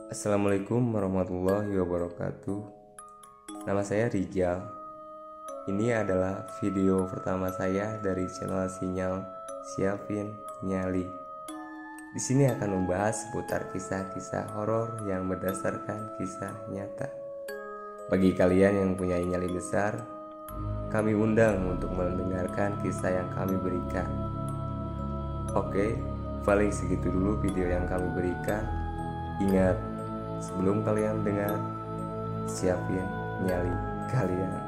Assalamualaikum warahmatullahi wabarakatuh. Nama saya Rijal. Ini adalah video pertama saya dari channel Sinyal Siapin Nyali. Di sini akan membahas seputar kisah-kisah horor yang berdasarkan kisah nyata. Bagi kalian yang punya nyali besar, kami undang untuk mendengarkan kisah yang kami berikan. Oke, paling segitu dulu video yang kami berikan. Ingat, sebelum kalian dengar, siapin nyali kalian.